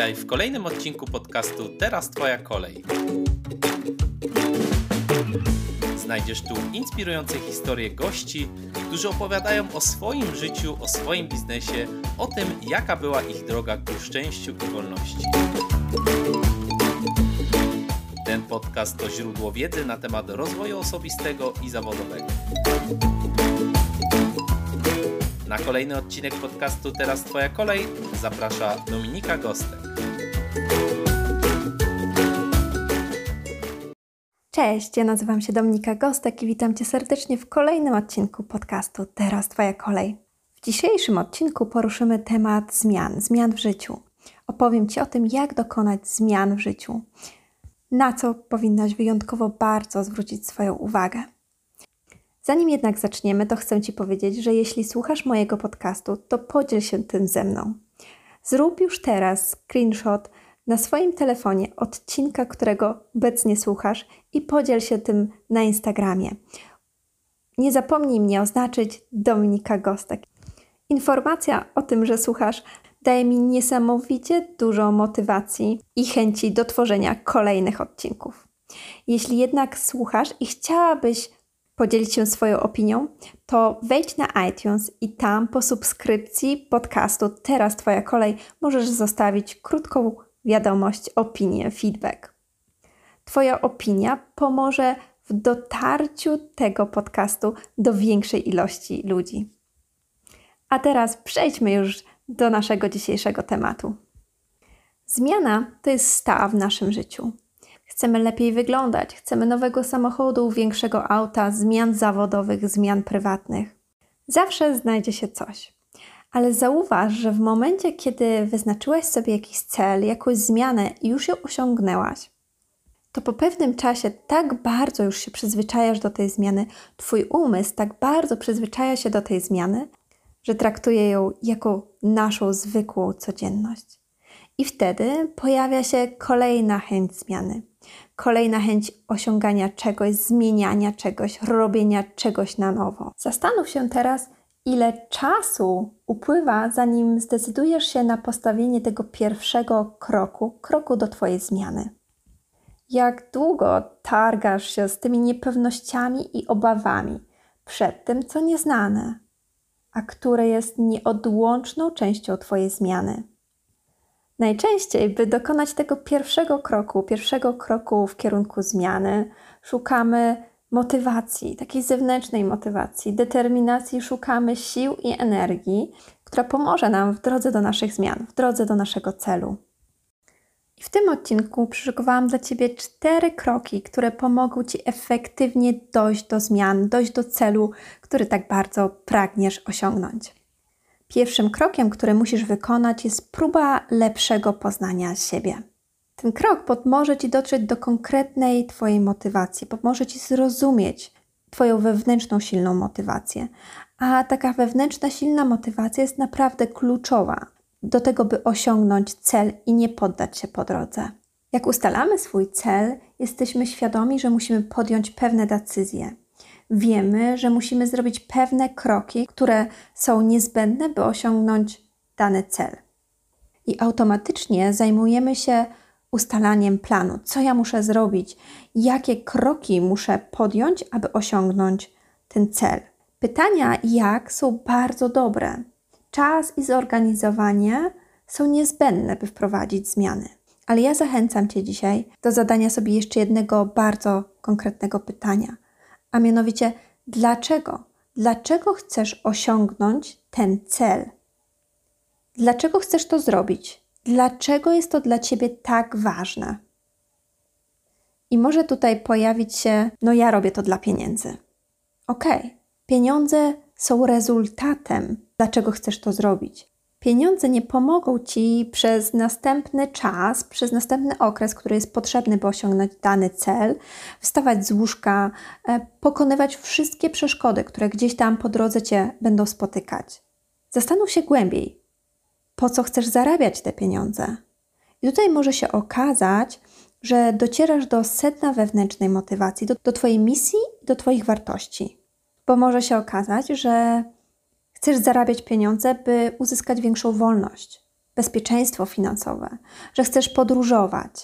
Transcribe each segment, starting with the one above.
Witaj w kolejnym odcinku podcastu Teraz Twoja kolej. Znajdziesz tu inspirujące historie gości, którzy opowiadają o swoim życiu, o swoim biznesie, o tym, jaka była ich droga ku szczęściu i wolności. Ten podcast to źródło wiedzy na temat rozwoju osobistego i zawodowego. Na kolejny odcinek podcastu Teraz Twoja kolej zaprasza Dominika Gostek. Cześć, ja nazywam się Dominika Gostek i witam Cię serdecznie w kolejnym odcinku podcastu Teraz Twoja kolej. W dzisiejszym odcinku poruszymy temat zmian w życiu. Opowiem Ci o tym, jak dokonać zmian w życiu, na co powinnaś wyjątkowo bardzo zwrócić swoją uwagę. Zanim jednak zaczniemy, to chcę Ci powiedzieć, że jeśli słuchasz mojego podcastu, to podziel się tym ze mną. Zrób już teraz screenshot na swoim telefonie odcinka, którego obecnie słuchasz i podziel się tym na Instagramie. Nie zapomnij mnie oznaczyć Dominika Gostek. Informacja o tym, że słuchasz, daje mi niesamowicie dużo motywacji i chęci do tworzenia kolejnych odcinków. Jeśli jednak słuchasz i chciałabyś podzielić się swoją opinią, to wejdź na iTunes i tam po subskrypcji podcastu Teraz Twoja kolej możesz zostawić krótką wiadomość, opinię, feedback. Twoja opinia pomoże w dotarciu tego podcastu do większej ilości ludzi. A teraz przejdźmy już do naszego dzisiejszego tematu. Zmiana to jest staw w naszym życiu. Chcemy lepiej wyglądać, chcemy nowego samochodu, większego auta, zmian zawodowych, zmian prywatnych. Zawsze znajdzie się coś. Ale zauważ, że w momencie, kiedy wyznaczyłaś sobie jakiś cel, jakąś zmianę i już ją osiągnęłaś, to po pewnym czasie tak bardzo już się przyzwyczajasz do tej zmiany, Twój umysł tak bardzo przyzwyczaja się do tej zmiany, że traktuje ją jako naszą zwykłą codzienność. I wtedy pojawia się kolejna chęć zmiany. Kolejna chęć osiągania czegoś, zmieniania czegoś, robienia czegoś na nowo. Zastanów się teraz, ile czasu upływa, zanim zdecydujesz się na postawienie tego pierwszego kroku do Twojej zmiany. Jak długo targasz się z tymi niepewnościami i obawami przed tym, co nieznane, a które jest nieodłączną częścią Twojej zmiany. Najczęściej, by dokonać tego pierwszego kroku w kierunku zmiany, szukamy motywacji, takiej zewnętrznej motywacji, determinacji, szukamy sił i energii, która pomoże nam w drodze do naszych zmian, w drodze do naszego celu. I w tym odcinku przygotowałam dla Ciebie 4 kroki, które pomogą Ci efektywnie dojść do zmian, dojść do celu, który tak bardzo pragniesz osiągnąć. Pierwszym krokiem, który musisz wykonać, jest próba lepszego poznania siebie. Ten krok pomoże Ci dotrzeć do konkretnej Twojej motywacji, pomoże Ci zrozumieć Twoją wewnętrzną, silną motywację. A taka wewnętrzna, silna motywacja jest naprawdę kluczowa do tego, by osiągnąć cel i nie poddać się po drodze. Jak ustalamy swój cel, jesteśmy świadomi, że musimy podjąć pewne decyzje. Wiemy, że musimy zrobić pewne kroki, które są niezbędne, by osiągnąć dany cel. I automatycznie zajmujemy się ustalaniem planu. Co ja muszę zrobić? Jakie kroki muszę podjąć, aby osiągnąć ten cel? Pytania jak są bardzo dobre. Czas i zorganizowanie są niezbędne, by wprowadzić zmiany. Ale ja zachęcam Cię dzisiaj do zadania sobie jeszcze jednego bardzo konkretnego pytania. A mianowicie, dlaczego? Dlaczego chcesz osiągnąć ten cel? Dlaczego chcesz to zrobić? Dlaczego jest to dla Ciebie tak ważne? I może tutaj pojawić się, ja robię to dla pieniędzy. Okej, pieniądze są rezultatem, dlaczego chcesz to zrobić. Pieniądze nie pomogą Ci przez następny czas, przez następny okres, który jest potrzebny, by osiągnąć dany cel, wstawać z łóżka, pokonywać wszystkie przeszkody, które gdzieś tam po drodze Cię będą spotykać. Zastanów się głębiej, po co chcesz zarabiać te pieniądze. I tutaj może się okazać, że docierasz do sedna wewnętrznej motywacji, do Twojej misji, do Twoich wartości. Bo może się okazać, że chcesz zarabiać pieniądze, by uzyskać większą wolność. bezpieczeństwo finansowe, że chcesz podróżować.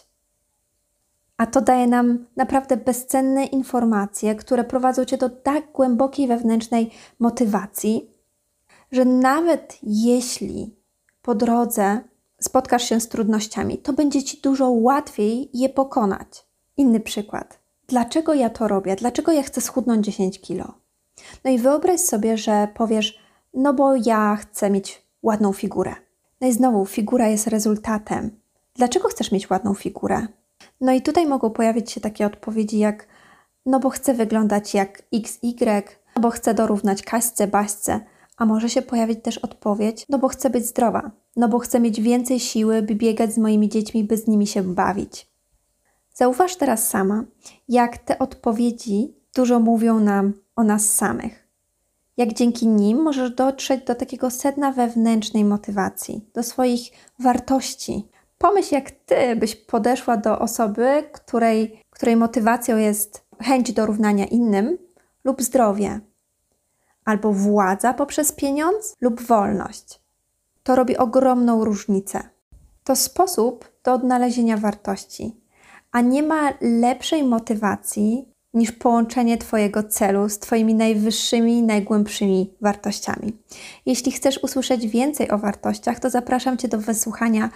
A to daje nam naprawdę bezcenne informacje, które prowadzą Cię do tak głębokiej wewnętrznej motywacji, że nawet jeśli po drodze spotkasz się z trudnościami, to będzie Ci dużo łatwiej je pokonać. Inny przykład. Dlaczego ja to robię? Dlaczego ja chcę schudnąć 10 kilo? No i wyobraź sobie, że powiesz, no bo ja chcę mieć ładną figurę. No i znowu, figura jest rezultatem. Dlaczego chcesz mieć ładną figurę? No i tutaj mogą pojawić się takie odpowiedzi jak, no bo chcę wyglądać jak XY, no bo chcę dorównać Kaśce, Baśce, a może się pojawić też odpowiedź, no bo chcę być zdrowa, no bo chcę mieć więcej siły, by biegać z moimi dziećmi, by z nimi się bawić. Zauważ teraz sama, jak te odpowiedzi dużo mówią nam o nas samych. Jak dzięki nim możesz dotrzeć do takiego sedna wewnętrznej motywacji, do swoich wartości. Pomyśl, jak Ty byś podeszła do osoby, której motywacją jest chęć dorównania innym lub zdrowie, albo władza poprzez pieniądz lub wolność. To robi ogromną różnicę. To sposób do odnalezienia wartości, a nie ma lepszej motywacji niż połączenie Twojego celu z Twoimi najwyższymi, najgłębszymi wartościami. Jeśli chcesz usłyszeć więcej o wartościach, to zapraszam Cię do wysłuchania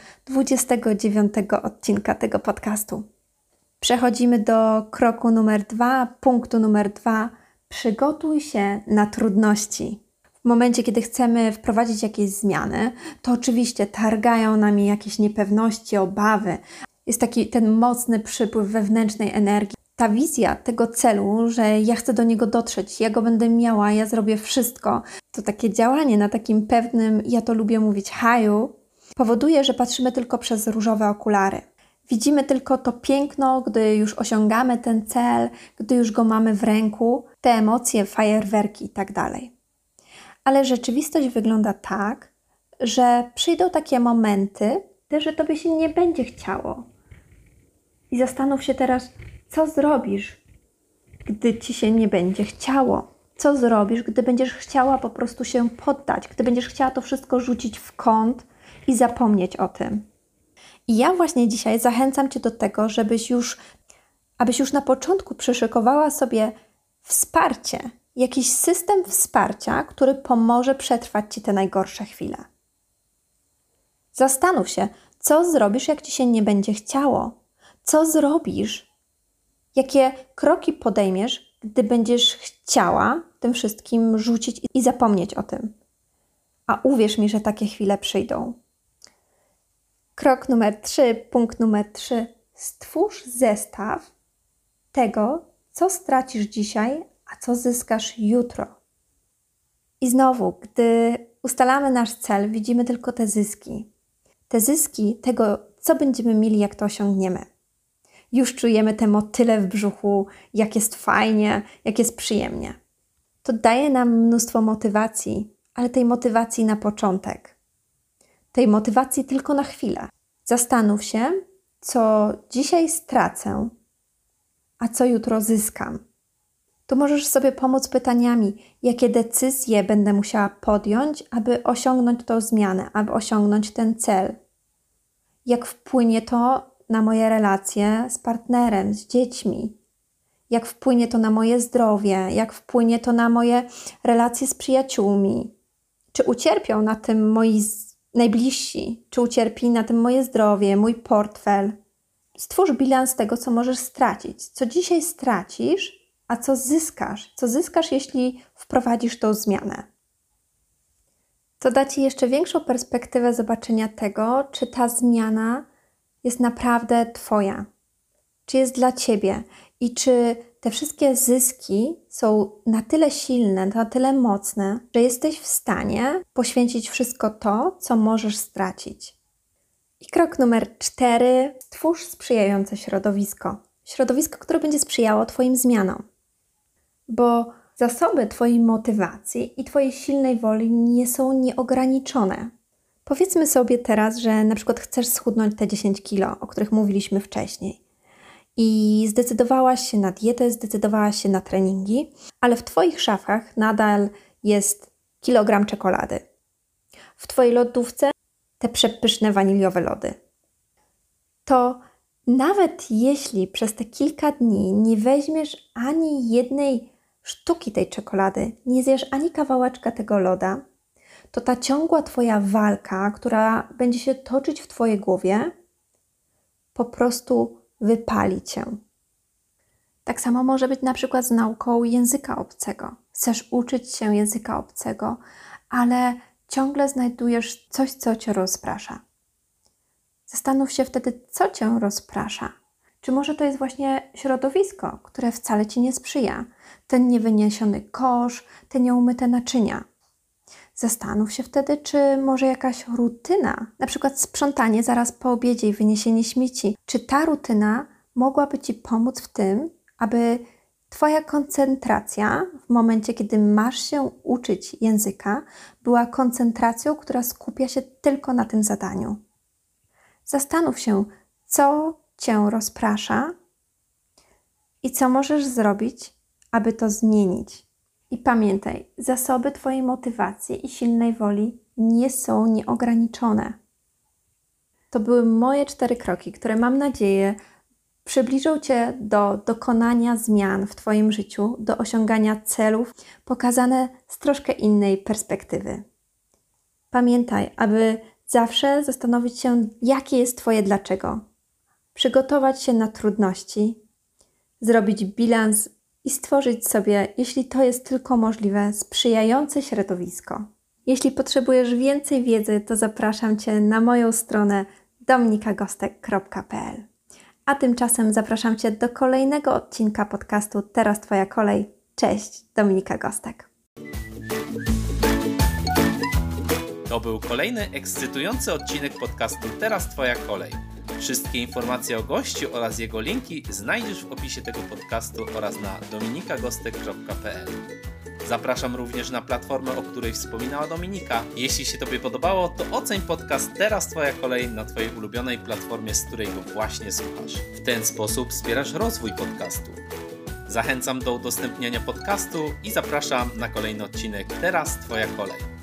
29 odcinka tego podcastu. Przechodzimy do kroku numer 2, punktu numer 2. Przygotuj się na trudności. W momencie, kiedy chcemy wprowadzić jakieś zmiany, to oczywiście targają nami jakieś niepewności, obawy. Jest taki ten mocny przypływ wewnętrznej energii. Ta wizja tego celu, że ja chcę do niego dotrzeć, ja go będę miała, ja zrobię wszystko, to takie działanie na takim pewnym, ja to lubię mówić, haju, powoduje, że patrzymy tylko przez różowe okulary. Widzimy tylko to piękno, gdy już osiągamy ten cel, gdy już go mamy w ręku, te emocje, fajerwerki i tak dalej. Ale rzeczywistość wygląda tak, że przyjdą takie momenty, że Tobie się nie będzie chciało. I zastanów się teraz, co zrobisz, gdy Ci się nie będzie chciało? Co zrobisz, gdy będziesz chciała po prostu się poddać, gdy będziesz chciała to wszystko rzucić w kąt i zapomnieć o tym? I ja właśnie dzisiaj zachęcam Cię do tego, abyś już na początku przyszykowała sobie wsparcie, jakiś system wsparcia, który pomoże przetrwać Ci te najgorsze chwile. Zastanów się, co zrobisz, jak Ci się nie będzie chciało? Co zrobisz? Jakie kroki podejmiesz, gdy będziesz chciała tym wszystkim rzucić i zapomnieć o tym? A uwierz mi, że takie chwile przyjdą. Krok numer 3, punkt numer 3. Stwórz zestaw tego, co stracisz dzisiaj, a co zyskasz jutro. I znowu, gdy ustalamy nasz cel, widzimy tylko te zyski. Te zyski tego, co będziemy mieli, jak to osiągniemy. Już czujemy te motyle w brzuchu, jak jest fajnie, jak jest przyjemnie. To daje nam mnóstwo motywacji, ale tej motywacji na początek. Tej motywacji tylko na chwilę. Zastanów się, co dzisiaj stracę, a co jutro zyskam. Tu możesz sobie pomóc pytaniami, jakie decyzje będę musiała podjąć, aby osiągnąć tą zmianę, aby osiągnąć ten cel. Jak wpłynie to na moje relacje z partnerem, z dziećmi? Jak wpłynie to na moje zdrowie? Jak wpłynie to na moje relacje z przyjaciółmi? Czy ucierpią na tym moi najbliżsi? Czy ucierpi na tym moje zdrowie, mój portfel? Stwórz bilans tego, co możesz stracić. Co dzisiaj stracisz, a co zyskasz? Co zyskasz, jeśli wprowadzisz tą zmianę? To da Ci jeszcze większą perspektywę zobaczenia tego, czy ta zmiana jest naprawdę Twoja. Czy jest dla Ciebie i czy te wszystkie zyski są na tyle silne, na tyle mocne, że jesteś w stanie poświęcić wszystko to, co możesz stracić. I krok numer 4. Stwórz sprzyjające środowisko. Środowisko, które będzie sprzyjało Twoim zmianom. Bo zasoby Twojej motywacji i Twojej silnej woli nie są nieograniczone. Powiedzmy sobie teraz, że na przykład chcesz schudnąć te 10 kilo, o których mówiliśmy wcześniej. I zdecydowałaś się na dietę, zdecydowałaś się na treningi, ale w Twoich szafach nadal jest kilogram czekolady. W Twojej lodówce te przepyszne waniliowe lody. To nawet jeśli przez te kilka dni nie weźmiesz ani jednej sztuki tej czekolady, nie zjesz ani kawałeczka tego loda, to ta ciągła Twoja walka, która będzie się toczyć w Twojej głowie, po prostu wypali Cię. Tak samo może być na przykład z nauką języka obcego. Chcesz uczyć się języka obcego, ale ciągle znajdujesz coś, co Cię rozprasza. Zastanów się wtedy, co Cię rozprasza. Czy może to jest właśnie środowisko, które wcale Ci nie sprzyja? Ten niewyniesiony kosz, te nieumyte naczynia. Zastanów się wtedy, czy może jakaś rutyna, na przykład sprzątanie zaraz po obiedzie i wyniesienie śmieci, czy ta rutyna mogłaby Ci pomóc w tym, aby Twoja koncentracja w momencie, kiedy masz się uczyć języka, była koncentracją, która skupia się tylko na tym zadaniu. Zastanów się, co Cię rozprasza i co możesz zrobić, aby to zmienić. I pamiętaj, zasoby Twojej motywacji i silnej woli nie są nieograniczone. To były moje 4 kroki, które mam nadzieję przybliżą Cię do dokonania zmian w Twoim życiu, do osiągania celów, pokazane z troszkę innej perspektywy. Pamiętaj, aby zawsze zastanowić się, jakie jest Twoje dlaczego. Przygotować się na trudności, zrobić bilans i stworzyć sobie, jeśli to jest tylko możliwe, sprzyjające środowisko. Jeśli potrzebujesz więcej wiedzy, to zapraszam Cię na moją stronę dominikagostek.pl. A tymczasem zapraszam Cię do kolejnego odcinka podcastu Teraz Twoja kolej. Cześć, Dominika Gostek. To był kolejny ekscytujący odcinek podcastu Teraz Twoja kolej. Wszystkie informacje o gościu oraz jego linki znajdziesz w opisie tego podcastu oraz na dominikagostek.pl. Zapraszam również na platformę, o której wspominała Dominika. Jeśli się Tobie podobało, to oceń podcast Teraz Twoja kolej na Twojej ulubionej platformie, z której go właśnie słuchasz. W ten sposób wspierasz rozwój podcastu. Zachęcam do udostępniania podcastu i zapraszam na kolejny odcinek Teraz Twoja kolej.